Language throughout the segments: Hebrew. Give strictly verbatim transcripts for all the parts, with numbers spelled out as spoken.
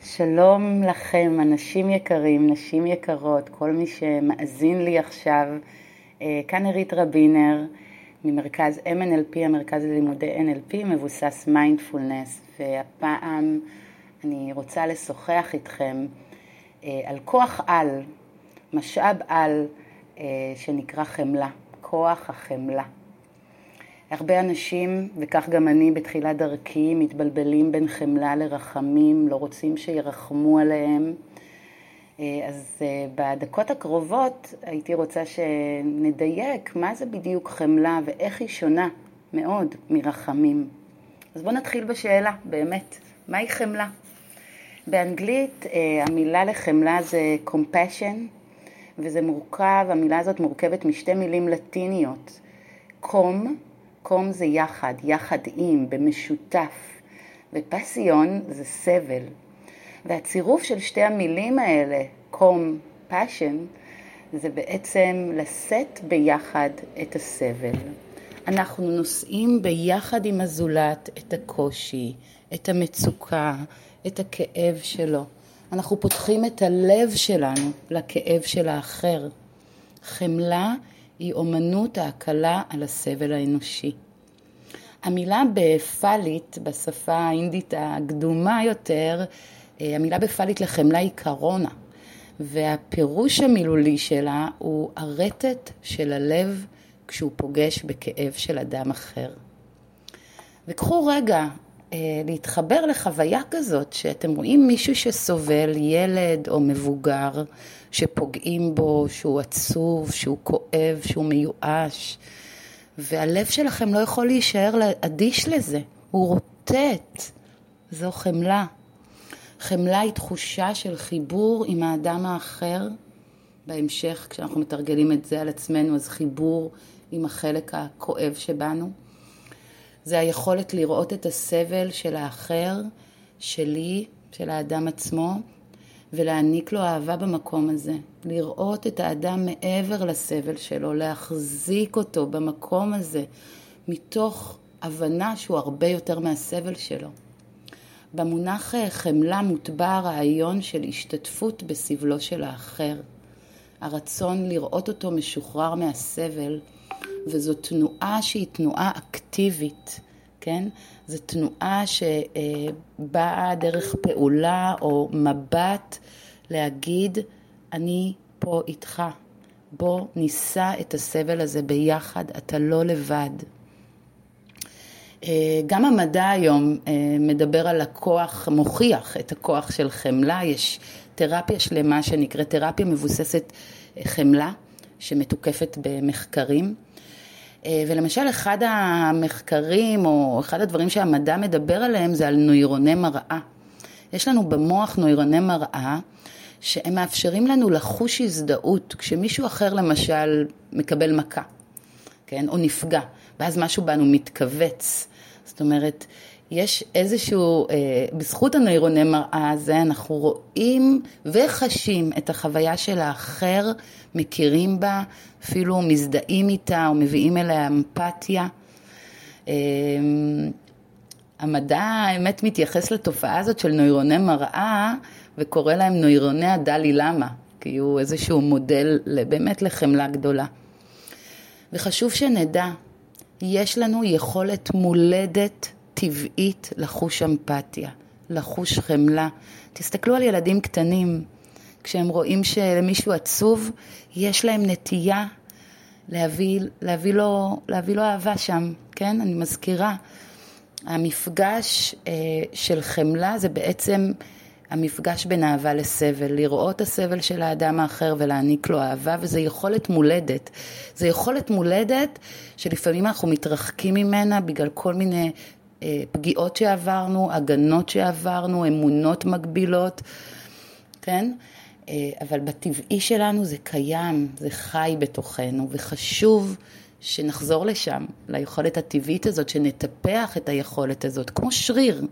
שלום לכם, אנשים יקרים, נשים יקרות, כל מי שמאזין לי עכשיו. כאן עירית רבינר, ממרכז אם אן אל פי, המרכז ללימודי אן אל פי, מבוסס מיינדפולנס, והפעם אני רוצה לשוחח איתכם על כוח על, משאב על שנקרא חמלה, כוח החמלה. הרבה אנשים, וכך גם אני בתחילת דרכי, מתבלבלים בין חמלה לרחמים, לא רוצים שירחמו עליהם. אז בדקות הקרובות הייתי רוצה שנדייק מה זה בדיוק חמלה ואיך היא שונה מאוד מרחמים. אז בואו נתחיל בשאלה, באמת, מהי חמלה? באנגלית המילה לחמלה זה compassion, וזה מורכב, המילה הזאת מורכבת משתי מילים לטיניות. קום, קום זה יחד, יחד עם, במשותף, ופסיון זה סבל. והצירוף של שתי המילים האלה, קום, פשן, זה בעצם לשאת ביחד את הסבל. אנחנו נושאים ביחד עם הזולת את הקושי, את המצוקה, את הכאב שלו. אנחנו פותחים את הלב שלנו לכאב של האחר. חמלה היא אומנות ההקלה על הסבל האנושי. המילה בפלית, בשפה האינדית הקדומה יותר, המילה בפלית לחמלה היא קרונה, והפירוש המילולי שלה הוא הרטט של הלב כשהוא פוגש בכאב של אדם אחר. וקחו רגע להתחבר לחוויה כזאת, שאתם רואים מישהו שסובל, ילד או מבוגר, שפוגעים בו, שהוא עצוב, שהוא כואב, שהוא מיואש, והלב שלכם לא יכול להישאר אדיש לזה, הוא רוטט. זו חמלה. חמלה היא תחושה של חיבור עם האדם האחר. בהמשך, כשאנחנו מתרגלים את זה על עצמנו, אז חיבור עם החלק הכואב שבנו. זה היכולת לראות את הסבל של האחר, שלי, של האדם עצמו, ולהעניק לו אהבה במקום הזה. לראות את האדם מעבר לסבל שלו, להחזיק אותו במקום הזה, מתוך הבנה שהוא הרבה יותר מהסבל שלו. במונח חמלה מוטבע הרעיון של השתתפות בסבלו של האחר. הרצון לראות אותו משוחרר מהסבל, וזו תנועה שהיא תנועה אקטיבית, כן? זו תנועה שבאה דרך פעולה או מבט להגיד, אני פה איתך, בוא ניסע את הסבל הזה ביחד, אתה לא לבד. גם המדע היום מדבר על הכוח, מוכיח את הכוח של חמלה. יש תרפיה שלמה שנקראת תרפיה מבוססת חמלה, שמתוקפת במחקרים. ולמשל אחד המחקרים או אחד הדברים שהמדע מדבר עליהם זה על נוירוני מראה. יש לנו במוח נוירוני מראה שהם מאפשרים לנו לחוש הזדהות כשמישהו אחר למשל מקבל מכה, כן? או נפגע, ואז משהו בנו מתכווץ. זאת אומרת, יש איזשהו, בזכות הנוירוני מראה הזה אנחנו רואים וחשים את החוויה של האחר, מכירים בה, אפילו מזדהים איתה או מביאים אליה אמפתיה. המדע האמת מתייחס לתופעה הזאת של נוירוני מראה וקורא להם נוירוני הדלי למה, כי הוא איזשהו מודל באמת לחמלה גדולה. וחשוב שנדע, יש לנו יכולת מולדת טבעית לחוש אמפתיה, לחוש חמלה. תסתכלו על ילדים קטנים, כשהם רואים שלמישהו עצוב, יש להם נטייה להביא, להביא, לו, להביא לו אהבה שם, כן? אני מזכירה, המפגש אה, של חמלה זה בעצם המפגש בין אהבה לסבל, לראות הסבל של האדם האחר ולהעניק לו אהבה, וזה יכולת מולדת. זה יכולת מולדת שלפעמים אנחנו מתרחקים ממנה בגלל כל מיני אה, פגיעות שעברנו, הגנות שעברנו, אמונות מגבילות, כן? אה, אבל בטבעי שלנו זה קיים, זה חי בתוכנו, וחשוב שנחזור לשם, ליכולת הטבעית הזאת, שנטפח את היכולת הזאת, כמו שריר.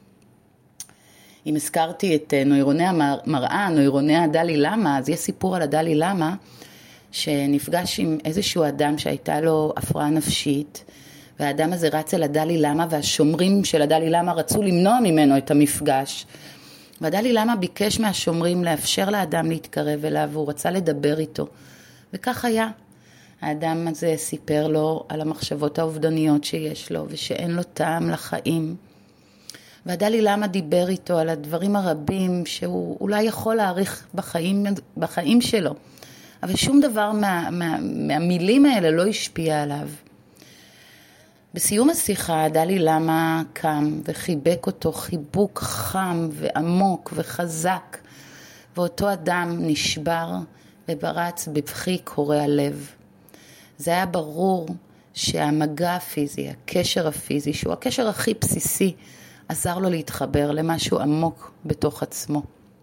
אם הזכרתי את נוירוני המראה, נוירוני הדלי למה, אז יש סיפור על הדלי למה, שנפגש עם איזשהו אדם שהייתה לו הפרעה נפשית, והאדם הזה רץ אל הדלי למה, והשומרים של הדלי למה רצו למנוע ממנו את המפגש. והדלי למה ביקש מהשומרים לאפשר לאדם להתקרב אליו, והוא רצה לדבר איתו. וכך היה. האדם הזה סיפר לו על המחשבות האובדניות שיש לו, ושאין לו טעם לחיים. והדלי למה דיבר איתו על הדברים הרבים שהוא אולי יכול להעריך בחיים, בחיים שלו. אבל שום דבר מה, מה, מהמילים האלה לא השפיע עליו. בסיום השיחה, דלי למה קם וחיבק אותו חיבוק חם ועמוק וחזק, ואותו אדם נשבר וברץ בבכי קורע לב. זה היה ברור שהמגע הפיזי, הקשר הפיזי, שהוא הקשר הכי בסיסי, עזר לו להתחבר למשהו עמוק בתוך עצמו.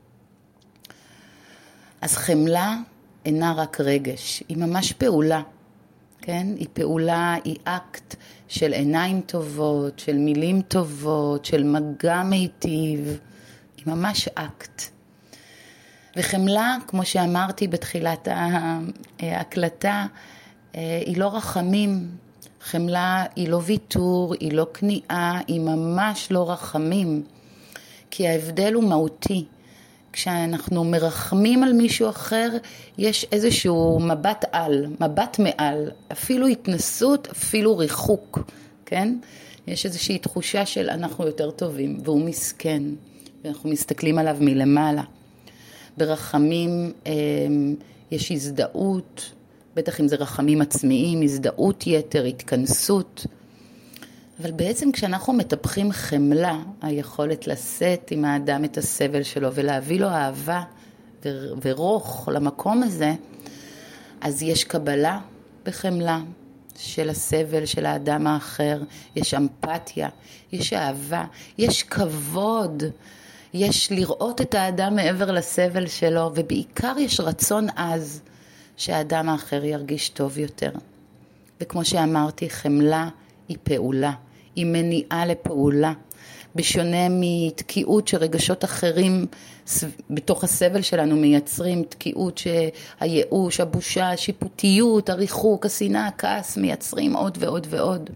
אז חמלה אינה רק רגש, היא ממש פעולה. כן? היא פעולה, היא אקט של עיניים טובות, של מילים טובות, של מגע מיטיב. היא ממש אקט. וחמלה, כמו שאמרתי בתחילת ההקלטה, היא לא רחמים. חמלה היא לא ויתור, היא לא כניעה, היא ממש לא רחמים. כי ההבדל הוא מהותי. כשאנחנו מרחמים על מישהו אחר, יש איזשהו מבט על, מבט מעל, אפילו התנסות, אפילו ריחוק, כן? יש איזושהי תחושה של אנחנו יותר טובים, והוא מסכן, ואנחנו מסתכלים עליו מלמעלה. ברחמים יש הזדהות, בטח אם זה רחמים עצמיים, הזדהות יתר, התכנסות, אבל בעצם כשאנחנו מטפחים חמלה, היכולת לשאת עם האדם את הסבל שלו ולהביא לו אהבה ורוך למקום הזה, אז יש קבלה בחמלה של הסבל של האדם האחר, יש אמפתיה, יש אהבה, יש כבוד, יש לראות את האדם מעבר לסבל שלו, ובעיקר יש רצון עז שהאדם האחר ירגיש טוב יותר. וכמו שאמרתי, חמלה היא פעולה, היא מניעה לפעולה. בשונה מתקיעות שרגשות אחרים בתוך הסבל שלנו מייצרים, תקיעות שהייאוש, הבושה, השיפוטיות, הריחוק, השנאה, הכעס, מייצרים עוד ועוד ועוד.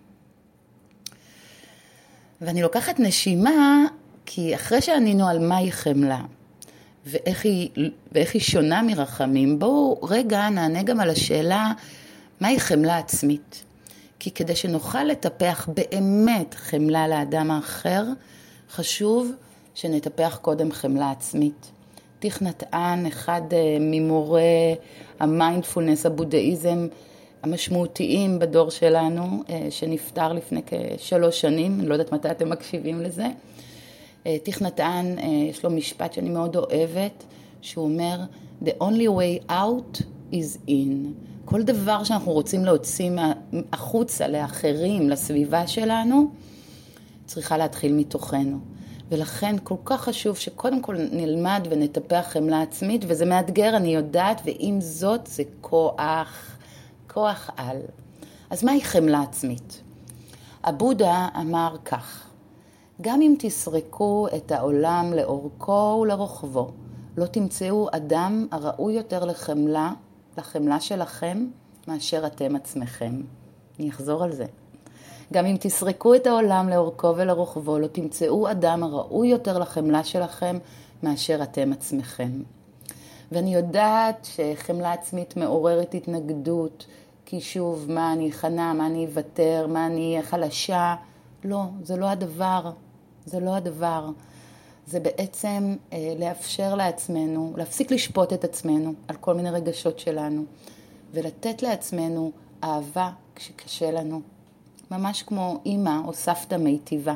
ואני לוקחת נשימה, כי אחרי שענינו על מהי חמלה, ואיך היא, ואיך היא שונה מרחמים, בואו רגע נענה גם על השאלה, מהי חמלה עצמית? כי כדי שנוכל לטפח באמת חמלה לאדם האחר, חשוב שנטפח קודם חמלה עצמית. תיך נתן, אחד ממורי המיינדפולנס, הבודהיזם המשמעותיים בדור שלנו, שנפטר לפני כשלוש שנים, אני לא יודעת מתי אתם מקשיבים לזה. תיך נתן, יש לו משפט שאני מאוד אוהבת, שהוא אומר, The only way out is in. כל דבר שאנחנו רוצים להוציא החוצה לאחרים, לסביבה שלנו, צריכה להתחיל מתוכנו. ולכן כל כך חשוב שקודם כל נלמד ונטפח חמלה עצמית, וזה מאתגר, אני יודעת, ועם זאת זה כוח, כוח על. אז מהי חמלה עצמית? הבודה אמר כך, גם אם תסרקו את העולם לאורכו ולרוחבו, לא תמצאו אדם הראוי יותר לחמלה, לחמלה שלכם, מאשר אתם עצמכם. אני אחזור על זה. גם אם תסרקו את העולם לאורכו ולרוחבו, לא תמצאו אדם הראוי יותר לחמלה שלכם, מאשר אתם עצמכם. ואני יודעת שחמלה עצמית מעוררת התנגדות, כי שוב, מה אני חנה, מה אני אוותר, מה אני חלשה. לא, זה לא הדבר. זה לא הדבר. זה בעצם אה, לאפשר לעצמנו, להפסיק לשפוט את עצמנו על כל מיני רגשות שלנו, ולתת לעצמנו אהבה כשקשה לנו. ממש כמו אמא או סבתא מיטיבה.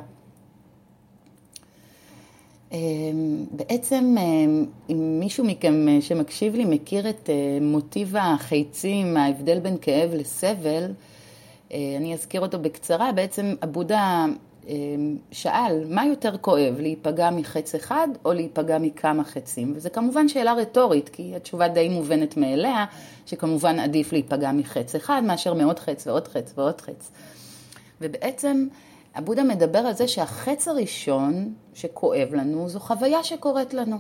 אה, בעצם אה, אם מישהו מכם שמקשיב לי מכיר את אה, מוטיב החייצים, ההבדל בין כאב לסבל, אה, אני אזכיר אותו בקצרה. בעצם הבודה שאל, מה יותר כואב, להיפגע מחץ אחד או להיפגע מכמה חצים? וזה כמובן שאלה רטורית, כי התשובה די מובנת מאליה, שכמובן עדיף להיפגע מחץ אחד, מאשר מעוד חץ ועוד חץ ועוד חץ. ובעצם הבודה מדבר על זה שהחץ הראשון שכואב לנו, זו חוויה שקורית לנו.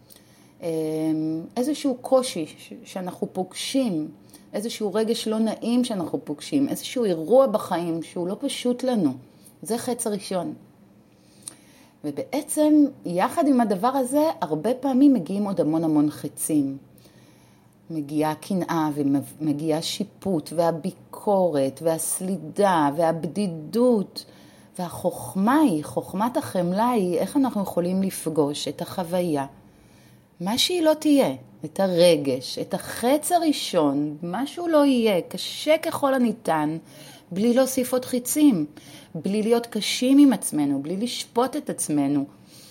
איזשהו קושי שאנחנו פוגשים, איזשהו רגש לא נעים שאנחנו פוגשים, איזשהו אירוע בחיים שהוא לא פשוט לנו. זה חץ הראשון. ובעצם יחד עם הדבר הזה, הרבה פעמים מגיעים עוד המון המון חצים. מגיעה קנאה ומגיעה שיפוט והביקורת והסלידה והבדידות. והחוכמה היא, חוכמת החמלה היא איך אנחנו יכולים לפגוש את החוויה. מה שהיא לא תהיה, את הרגש, את החץ הראשון, משהו לא יהיה, קשה ככל הניתן, בלי להוסיף עוד חיצים, בלי להיות קשים עם עצמנו, בלי לשפוט את עצמנו,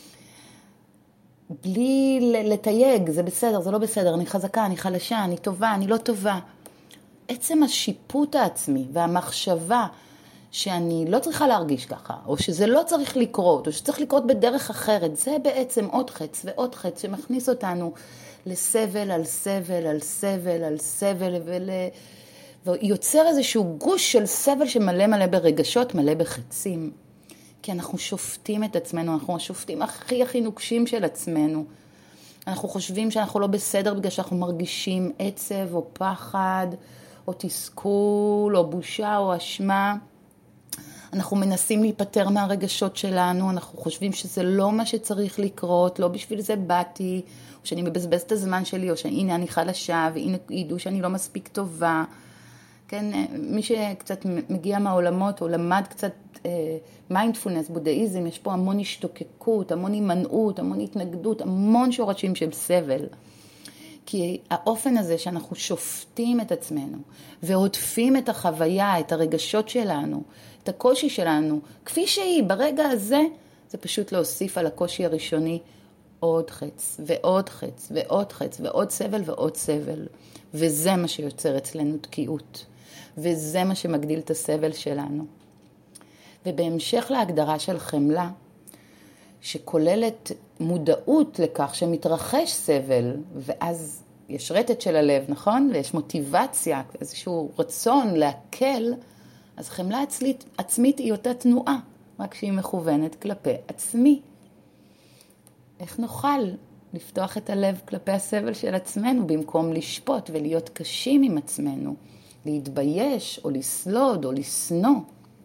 בלי לתייג, זה בסדר, זה לא בסדר, אני חזקה, אני חלשה, אני טובה, אני לא טובה. עצם השיפוט העצמי והמחשבה שאני לא צריכה להרגיש ככה, או שזה לא צריך לקרות, או שצריך לקרות בדרך אחרת, זה בעצם עוד חץ ועוד חץ שמכניס אותנו לסבל על סבל על סבל על סבל, ול... ויוצר איזשהו גוש של סבל שמלא מלא ברגשות, מלא בחצים. כי אנחנו שופטים את עצמנו, אנחנו השופטים הכי הכי נוקשים של עצמנו. אנחנו חושבים שאנחנו לא בסדר בגלל שאנחנו מרגישים עצב או פחד, או תסכול, או בושה או אשמה. אנחנו מנסים להיפטר מהרגשות שלנו, אנחנו חושבים שזה לא מה שצריך לקרות, לא בשביל זה באתי, או שאני מבזבז את הזמן שלי, או שהנה אני חלשה, והנה ידעו שאני לא מספיק טובה. כן, מי שקצת מגיע מהעולמות, או למד קצת מיינדפולנס, בודהיזם, יש פה המון השתוקקות, המון הימנעות, המון התנגדות, המון שורשים של סבל. כי האופן הזה שאנחנו שופטים את עצמנו, ועוטפים את החוויה, את הרגשות שלנו, את הקושי שלנו, כפי שהיא, ברגע הזה, זה פשוט להוסיף על הקושי הראשוני עוד חץ, ועוד חץ, ועוד חץ, ועוד סבל ועוד סבל. וזה מה שיוצר אצלנו תקיעות. וזה מה שמגדיל את הסבל שלנו. ובהמשך להגדרה של חמלה, שכוללת מודעות לכך שמתרחש סבל, ואז יש רטט של הלב, נכון? ויש מוטיבציה, איזשהו רצון להקל, אז חמלה עצמית, עצמית היא אותה תנועה, רק שהיא מכוונת כלפי עצמי. איך נוכל לפתוח את הלב כלפי הסבל של עצמנו, במקום לשפוט ולהיות קשים עם עצמנו, להתבייש או לסלוד או לסנוע?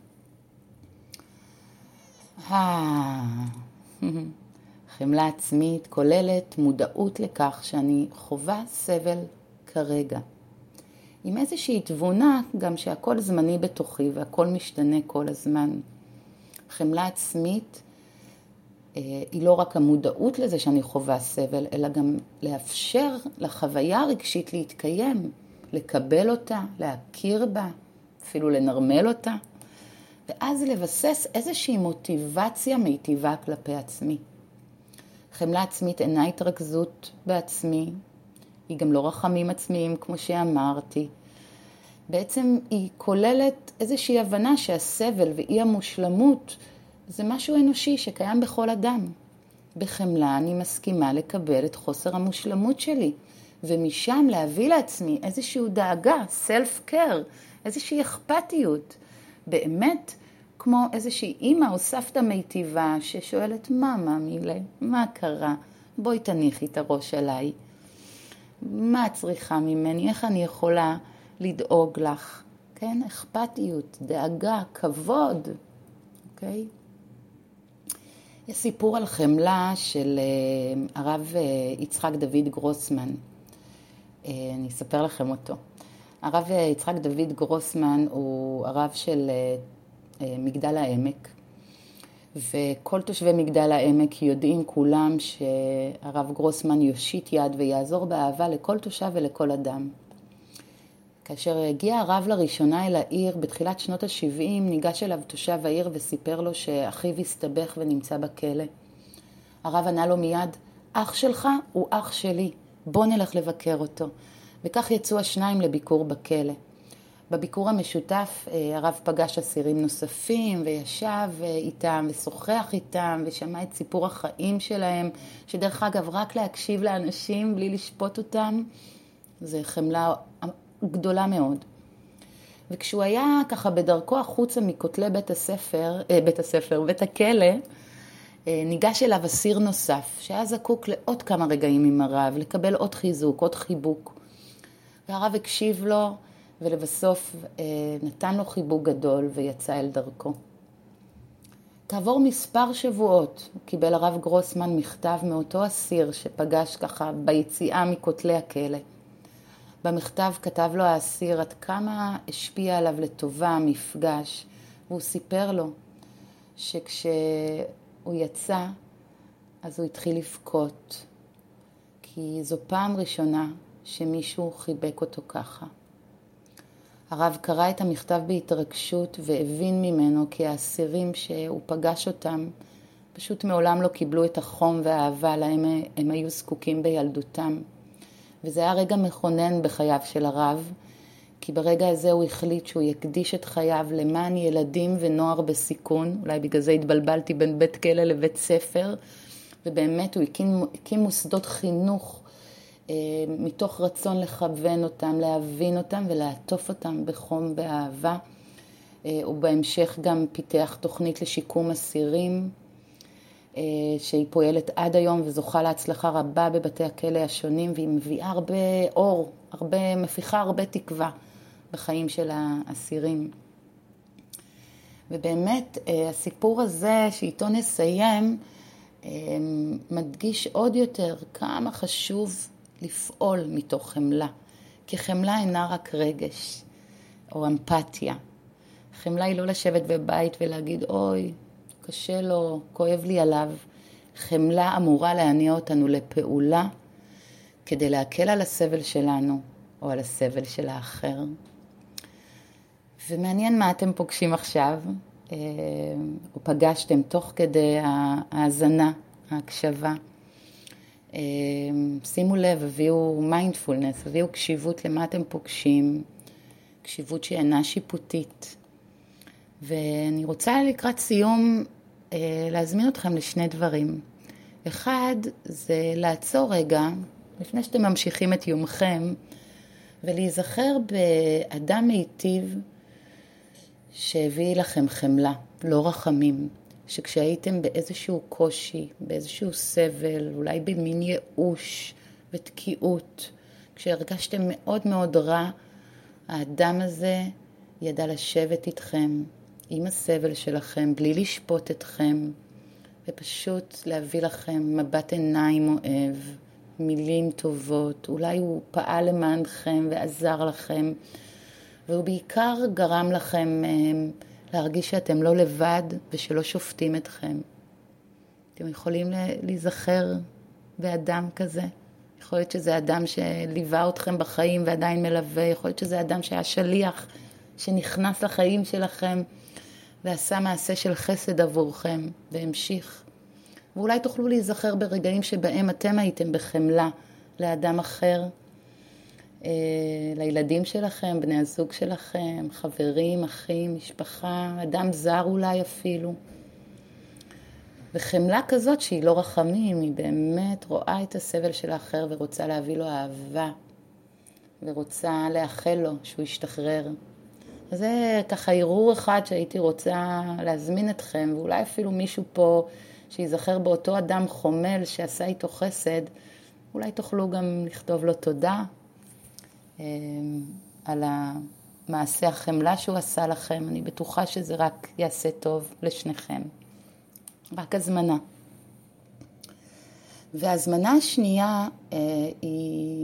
חמלה עצמית כוללת מודעות לכך שאני חווה סבל כרגע. עם איזושהי תבונה גם שהכל זמני בתוכי והכל משתנה כל הזמן. חמלה עצמית אה, היא לא רק המודעות לזה שאני חווה סבל, אלא גם לאפשר לחוויה הרגשית להתקיים, לקבל אותה, להכיר בה, אפילו לנרמל אותה. ואז לבסס איזושהי מוטיבציה מיטיבה כלפי עצמי. חמלה עצמית אינה התרכזות בעצמי, היא גם לא רחמים עצמיים כמו שאמרתי. בעצם היא כוללת איזושהי הבנה שהסבל ואי המושלמות זה משהו אנושי שקיים בכל אדם. בחמלה אני מסכימה לקבל את חוסר המושלמות שלי, ומשם להביא לעצמי איזושהי דאגה, self care, איזושהי אכפתיות. באמת, כמו איזושהי אימא או סבתא מיטיבה ששואלת, מה מאמילה? מה קרה? בואי תניחי את הראש עליי. מה את צריכה ממני? איך אני יכולה לדאוג לך? כן, אכפתיות, דאגה, כבוד. אוקיי? יש סיפור על חמלה של הרב יצחק דוד גרוסמן. אני אספר לכם אותו. הרב יצחק דוד גרוסמן הוא הרב של מגדל העמק, וכל תושבי מגדל העמק יודעים כולם שהרב גרוסמן יושיט יד ויעזור באהבה לכל תושב ולכל אדם. כאשר הגיע הרב לראשונה אל העיר בתחילת שנות ה-שבעים, ניגש אליו תושב העיר וסיפר לו שאחיו הסתבך ונמצא בכלא. הרב ענה לו מיד, אח שלך הוא אח שלי, בוא נלך לבקר אותו. וכך יצאו השניים לביקור בכלא. בביקור המשותף הרב פגש אסירים נוספים וישב איתם ושוחח איתם ושמע את סיפור החיים שלהם, שדרך אגב רק להקשיב לאנשים בלי לשפוט אותם, זה חמלה גדולה מאוד. וכשהוא היה ככה בדרכו החוצה מכותלי בית הספר, בית הספר, בית הכלא, ניגש אליו אסיר נוסף, שהיה זקוק לעוד כמה רגעים עם הרב, לקבל עוד חיזוק, עוד חיבוק. והרב הקשיב לו, ולבסוף נתן לו חיבוק גדול ויצא אל דרכו. כעבור מספר שבועות קיבל הרב גרוסמן מכתב מאותו אסיר שפגש ככה ביציאה מכותלי הכלא. במכתב כתב לו האסיר עד כמה השפיע עליו לטובה המפגש, והוא סיפר לו שכשהוא יצא אז הוא התחיל לבכות, כי זו פעם ראשונה שמישהו חיבק אותו ככה. הרב קרא את המכתב בהתרגשות והבין ממנו כי האסירים שהוא פגש אותם פשוט מעולם לא קיבלו את החום והאהבה להם הם היו זקוקים בילדותם. וזה היה רגע מכונן בחייו של הרב, כי ברגע הזה הוא החליט שהוא יקדיש את חייו למען ילדים ונוער בסיכון. אולי בגלל זה התבלבלתי בין בית כלא לבית ספר, ובאמת הוא הקים, הקים מוסדות חינוך אה, מתוך רצון לכוון אותם, להבין אותם ולעטוף אותם בחום ואהבה. אה, ובהמשך גם פיתח תוכנית לשיקום אסירים, אה, שהיא פועלת עד היום וזוכה להצלחה רבה בבתי הכלא השונים, והיא מביאה הרבה אור, הרבה, מפיחה הרבה תקווה בחיים של האסירים. ובאמת הסיפור הזה שאיתו נסיים מדגיש עוד יותר כמה חשוב לפעול מתוך חמלה. כי חמלה אינה רק רגש או אמפתיה. חמלה היא לא לשבת בבית ולהגיד אוי, קשה לו, כואב לי עליו. חמלה אמורה להניע אותנו לפעולה כדי להקל על הסבל שלנו או על הסבל של האחר. ומעניין מה אתם פוגשים עכשיו, או פגשתם תוך כדי ההאזנה, ההקשבה. שימו לב, הביאו מיינדפולנס, הביאו קשיבות למה אתם פוגשים, קשיבות שאינה שיפוטית. ואני רוצה לקראת סיום להזמין אתכם לשני דברים. אחד, זה לעצור רגע, לפני שאתם ממשיכים את יומכם, ולהיזכר באדם מיטיב שהביא לכם חמלה, לא רחמים, שכשהייתם באיזשהו קושי, באיזשהו סבל, אולי במין ייאוש ותקיעות, כשהרגשתם מאוד מאוד רע, האדם הזה ידע לשבת איתכם, עם הסבל שלכם, בלי לשפוט אתכם, ופשוט להביא לכם מבט עיניים אוהב, מילים טובות. אולי הוא פעל למענכם ועזר לכם, והוא בעיקר גרם לכם להרגיש שאתם לא לבד ושלא שופטים אתכם. אתם יכולים להיזכר באדם כזה. יכול להיות שזה אדם שליווה אתכם בחיים ועדיין מלווה. יכול להיות שזה אדם שהיה שליח, שנכנס לחיים שלכם ועשה מעשה של חסד עבורכם והמשיך. ואולי תוכלו להיזכר ברגעים שבהם אתם הייתם בחמלה לאדם אחר, לילדים שלכם, בני הזוג שלכם, חברים, אחים, משפחה, אדם זר אולי אפילו. וחמלה כזאת שהיא לא רחמים, היא באמת רואה את הסבל של האחר ורוצה להביא לו אהבה, ורוצה לאחל לו שהוא ישתחרר. אז זה ככה ערעור אחד שהייתי רוצה להזמין אתכם, ואולי אפילו מישהו פה שיזכר באותו אדם חומל שעשה איתו חסד, אולי תוכלו גם לכתוב לו תודה אה, על המעשה החמלה שהוא עשה לכם. אני בטוחה שזה רק יעשה טוב לשניכם. רק הזמנה. והזמנה השנייה אה, היא...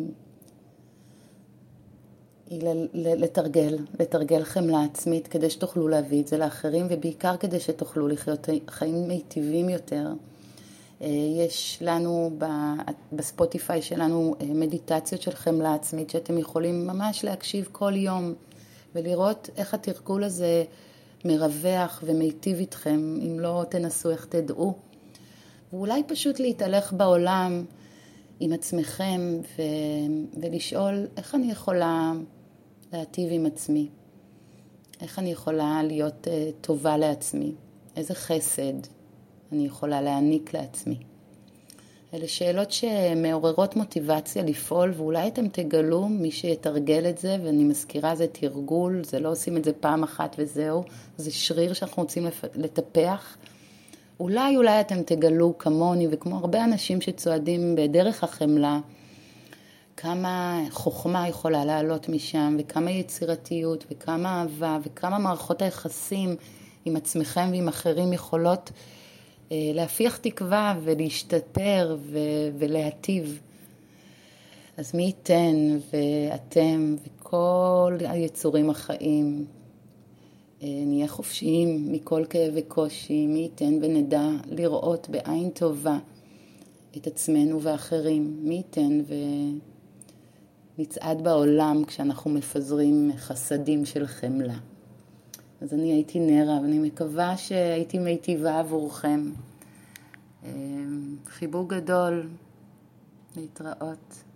היא לתרגל, לתרגל חמלה עצמית כדי שתוכלו להביא את זה לאחרים, ובעיקר כדי שתוכלו לחיות חיים מיטיבים יותר. יש לנו בספוטיפיי שלנו מדיטציות של חמלה עצמית שאתם יכולים ממש להקשיב כל יום ולראות איך התרגול הזה מרווח ומיטיב איתכם. אם לא תנסו איך תדעו, ואולי פשוט להתהלך בעולם עם עצמכם ו... ולשאול איך אני יכולה להטיב עם עצמי, איך אני יכולה להיות uh, טובה לעצמי, איזה חסד אני יכולה להעניק לעצמי. אלה שאלות שמעוררות מוטיבציה לפעול, ואולי אתם תגלו, מי שיתרגל את זה, ואני מזכירה, זה תרגול, זה לא עושים את זה פעם אחת וזהו, זה שריר שאנחנו רוצים לטפח. אולי אולי אתם תגלו כמוני וכמו הרבה אנשים שצועדים בדרך החמלה, כמה חוכמה יכולה לעלות משם, וכמה יצירתיות, וכמה אהבה, וכמה מערכות היחסים עם עצמכם ועם אחרים יכולות אה, להפיח תקווה ולהשתפר ו- ולהטיב. אז מי ייתן ואתם וכל היצורים החיים נהיה חופשיים מכל כאב וקושי, מי ייתן ונדע לראות בעין טובה את עצמנו ואחרים, מי ייתן ונצעד בעולם כשאנחנו מפזרים חסדים של חמלה. אז אני הייתי נרה, ואני מקווה שהייתי מיטיבה עבורכם. חיבוק גדול, להתראות.